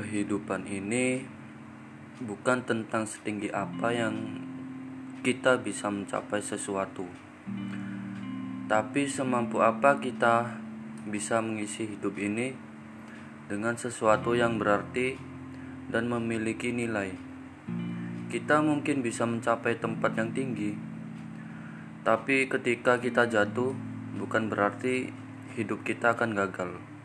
Kehidupan ini bukan tentang setinggi apa yang kita bisa mencapai sesuatu, tapi semampu apa kita bisa mengisi hidup ini dengan sesuatu yang berarti dan memiliki nilai. Kita mungkin bisa mencapai tempat yang tinggi, tapi ketika kita jatuh, bukan berarti hidup kita akan gagal.